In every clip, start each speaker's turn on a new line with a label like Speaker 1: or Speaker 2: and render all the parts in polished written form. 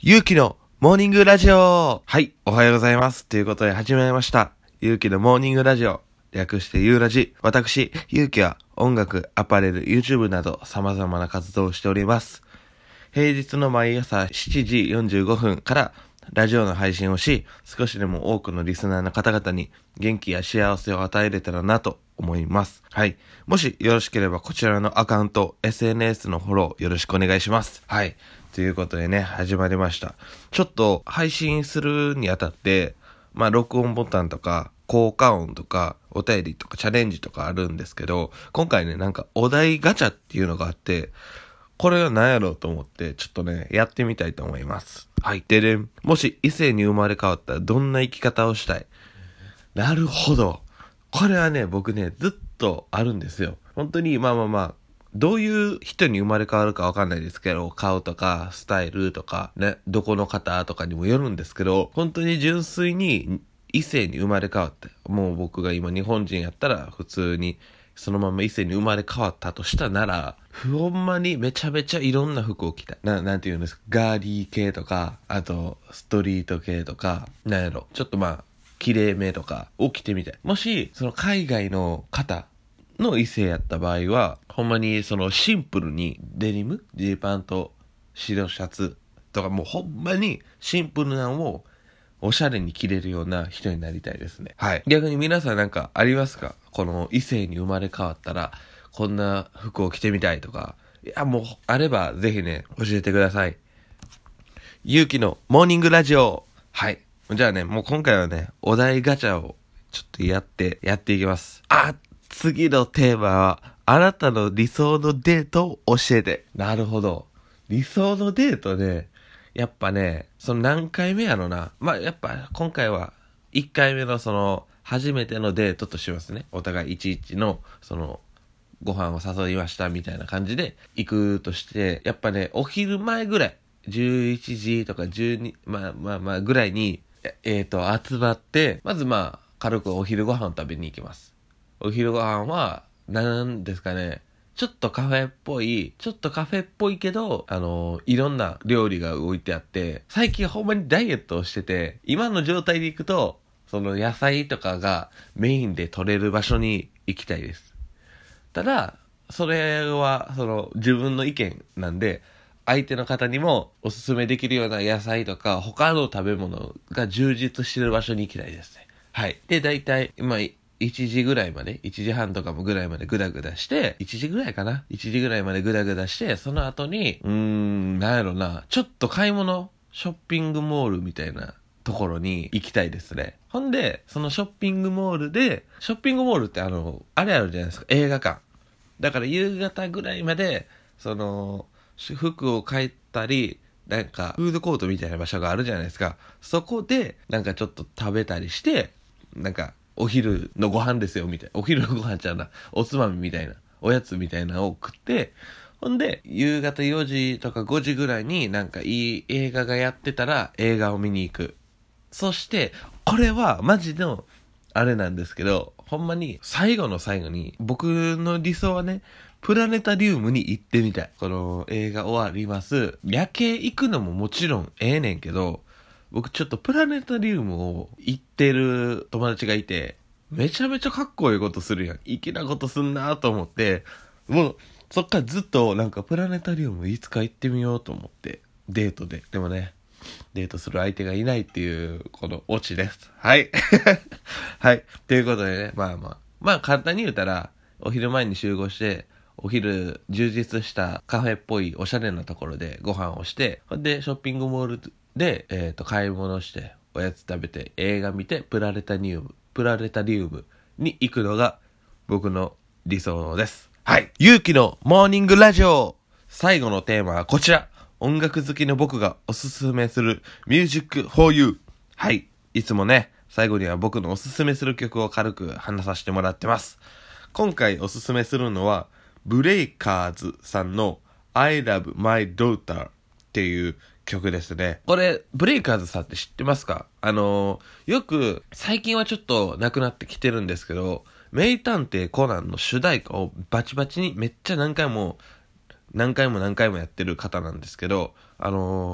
Speaker 1: ゆうきのモーニングラジオ。はい、おはようございます。ということで始めました。ゆうきのモーニングラジオ。略してゆうラジ。私、ゆうきは音楽、アパレル、YouTube など様々な活動をしております。平日の毎朝7時45分からラジオの配信をし、少しでも多くのリスナーの方々に元気や幸せを与えれたらなと思います。はい。もしよろしければこちらのアカウント、SNS のフォローよろしくお願いします。はい。ということでね、始まりました。ちょっと配信するにあたって、録音ボタンとか、効果音とか、お便りとかチャレンジとかあるんですけど、今回ね、お題ガチャっていうのがあって、これは何やろうと思って、ちょっとね、やってみたいと思います。はい。でね、もし異性に生まれ変わったらどんな生き方をしたい？なるほど。これはね、僕ね、ずっとあるんですよ。本当に、どういう人に生まれ変わるかわかんないですけど、顔とか、スタイルとか、ね、どこの方とかにもよるんですけど、本当に純粋に異性に生まれ変わって、もう僕が今日本人やったら普通に、そのまま異性に生まれ変わったとしたなら、ほんまにめちゃめちゃいろんな服を着たい。なんていうんですか、ガーリー系とか、あと、ストリート系とか、なんやろ、ちょっと綺麗めとかを着てみたい。もし、その海外の方の異性やった場合は、ほんまにそのシンプルにデニム、ジーパンと白シャツとかもうほんまにシンプルなのをおしゃれに着れるような人になりたいですね。はい。逆に皆さんありますか？この異性に生まれ変わったらこんな服を着てみたいとか。いや、もうあればぜひね、教えてください。ゆうきのモーニングラジオ。はい。じゃあね、もう今回はね、お題ガチャをちょっとやっていきます。次のテーマは、あなたの理想のデートを教えて。なるほど。理想のデートね、やっぱね、その何回目やろな。やっぱ今回は1回目のその、初めてのデートとしますね。お互い11の、その、ご飯を誘いましたみたいな感じで行くとして、やっぱね、お昼前ぐらい、11時とか12、ぐらいに、集まって、まず軽くお昼ご飯を食べに行きます。お昼ご飯は、なんですかね、ちょっとカフェっぽいけど、いろんな料理が置いてあって、最近ほんまにダイエットをしてて、今の状態で行くと、その野菜とかがメインで取れる場所に行きたいです。ただ、それは、自分の意見なんで、相手の方にもおすすめできるような野菜とか、他の食べ物が充実してる場所に行きたいですね。はい。で、だいたい、1時ぐらいまで、1時半とかもぐらいまでグダグダして、1時ぐらいかな ?1 時ぐらいまでグダグダして、その後に、なんやろな、ちょっと買い物、ショッピングモールみたいなところに行きたいですね。ほんで、そのショッピングモールってあれあるじゃないですか、映画館。だから夕方ぐらいまで、服を買ったり、フードコートみたいな場所があるじゃないですか。そこで、ちょっと食べたりして、お昼のご飯ですよ、みたいな。お昼のご飯ちゃうな。おつまみみたいな。おやつみたいなのを食って、ほんで、夕方4時とか5時ぐらいにいい映画がやってたら映画を見に行く。そして、これはマジの、あれなんですけど、ほんまに最後の最後に、僕の理想はね、プラネタリウムに行ってみたい。この映画終わります。夜景行くのももちろんええねんけど、僕ちょっとプラネタリウムを行ってる友達がいて、めちゃめちゃかっこいいことするやん。粋なことすんなと思って、もうそっからずっとプラネタリウムいつか行ってみようと思って、デートで。でもね、デートする相手がいないっていう、このオチです。はい。はい。ということでね、簡単に言うたら、お昼前に集合して、お昼充実したカフェっぽいおしゃれなところでご飯をして、ほんで、ショッピングモールで、買い物して、おやつ食べて、映画見て、プラネタリウムに行くのが僕の理想です。はい。ゆうきのモーニングラジオ。最後のテーマはこちら。音楽好きの僕がおすすめする Music for You。はい。いつもね、最後には僕のおすすめする曲を軽く話させてもらってます。今回おすすめするのは、ブレイカーズさんの I Love My Daughter っていう曲ですね。これ、ブレイカーズさんって知ってますか？よく、最近はちょっとなくなってきてるんですけど、名探偵コナンの主題歌をバチバチにめっちゃ何回もやってる方なんですけど、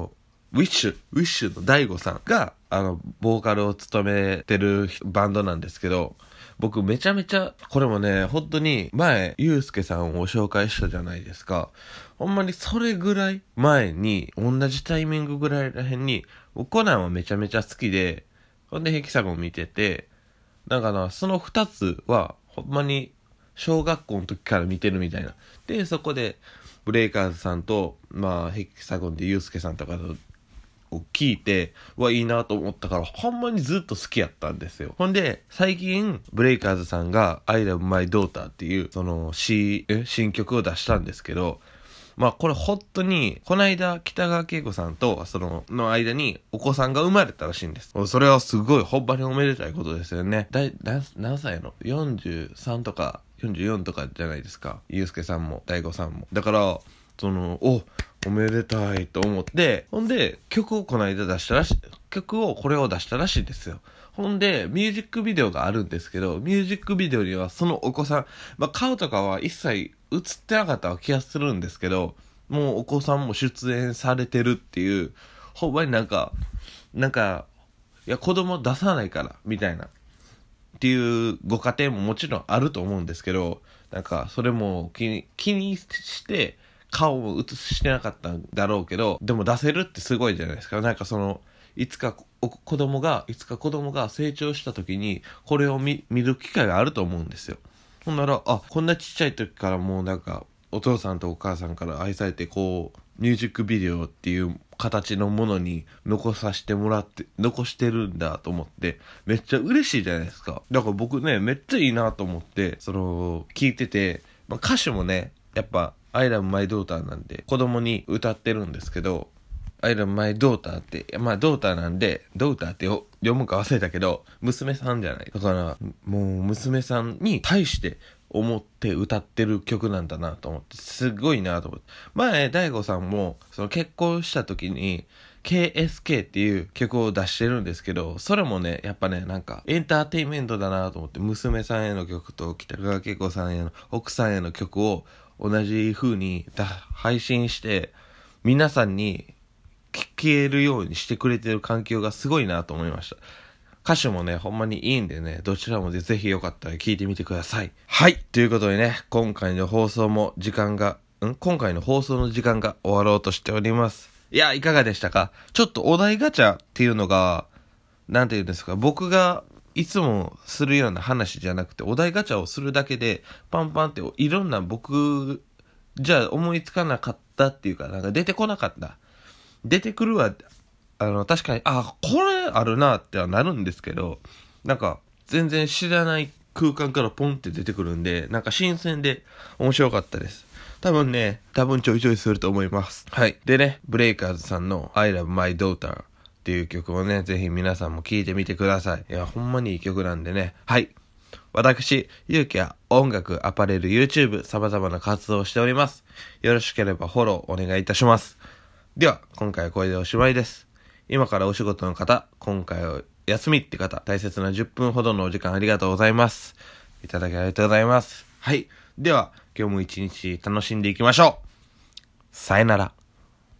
Speaker 1: ウィッシュの大悟さんが、ボーカルを務めてるバンドなんですけど、僕めちゃめちゃ、これもね、本当に前、ゆうすけさんを紹介したじゃないですか。ほんまにそれぐらい前に、同じタイミングぐらいらへんに、コナンはめちゃめちゃ好きで、ほんでヘキサゴン見てて、なんかな、その2つは、ほんまに小学校の時から見てるみたいな。で、そこで、ブレイカーズさんと、ヘキサゴンでユースケさんとかを聞いて、いいなと思ったから、ほんまにずっと好きやったんですよ。ほんで、最近、ブレイカーズさんが I Love My Daughter っていう、新曲を出したんですけど、これ本当に、この間、北川景子さんと、の間にお子さんが生まれたらしいんです。それはすごい、ほんまにおめでたいことですよね。何歳の ?43 とか、44とかじゃないですか。ゆうすけさんも、大悟さんも。だから、おめでたいと思って、ほんで、曲をこれを出したらしいんですよ。ほんで、ミュージックビデオがあるんですけど、ミュージックビデオにはそのお子さん、顔とかは一切映ってなかった気がするんですけど、もうお子さんも出演されてるっていう、ほんまになんか、いや、子供出さないから、みたいな。っていうご家庭ももちろんあると思うんですけど、それも気にして、顔を映してなかったんだろうけど、でも出せるってすごいじゃないですか。いつか子供が成長した時に、これを見る機会があると思うんですよ。ほんなら、こんなちっちゃい時からもうお父さんとお母さんから愛されて、ミュージックビデオっていう形のものに残してるんだと思って、めっちゃ嬉しいじゃないですか。だから僕ね、めっちゃいいなと思って、聞いてて、歌詞もね、やっぱ、I love my daughter なんで、子供に歌ってるんですけど、I love my daughter って、ドーターなんで、ドーターって読むか忘れたけど、娘さんじゃない。だから、もう娘さんに対して思って歌ってる曲なんだなと思って、すごいなと思って。前、大悟さんも、結婚した時に、KSK っていう曲を出してるんですけど、それもね、やっぱね、エンターテインメントだなと思って、娘さんへの曲と北川景子さんへの、奥さんへの曲を同じ風に配信して、皆さんに聴けるようにしてくれてる環境がすごいなと思いました。歌詞もね、ほんまにいいんでね、どちらもぜひよかったら聴いてみてください。はい。ということでね、今回の放送の時間が終わろうとしております。いや、いかがでしたか？ちょっとお題ガチャっていうのが、なんていうんですか、僕がいつもするような話じゃなくて、お題ガチャをするだけで、パンパンっていろんな僕、じゃあ思いつかなかったっていうか、出てこなかった。出てくるは、確かに、これあるなってはなるんですけど、全然知らない空間からポンって出てくるんで、新鮮で面白かったです。多分ちょいちょいすると思います。はい。でね、ブレイカーズさんの I Love My Daughter っていう曲をね、ぜひ皆さんも聴いてみてください。いや、ほんまにいい曲なんでね。はい。私、ゆうきは音楽、アパレル、YouTube、様々な活動をしております。よろしければフォローお願いいたします。では、今回はこれでおしまいです。今からお仕事の方、今回は休みって方、大切な10分ほどのお時間ありがとうございます。いただきありがとうございます。はい。では、今日も一日楽しんでいきましょう。さよなら。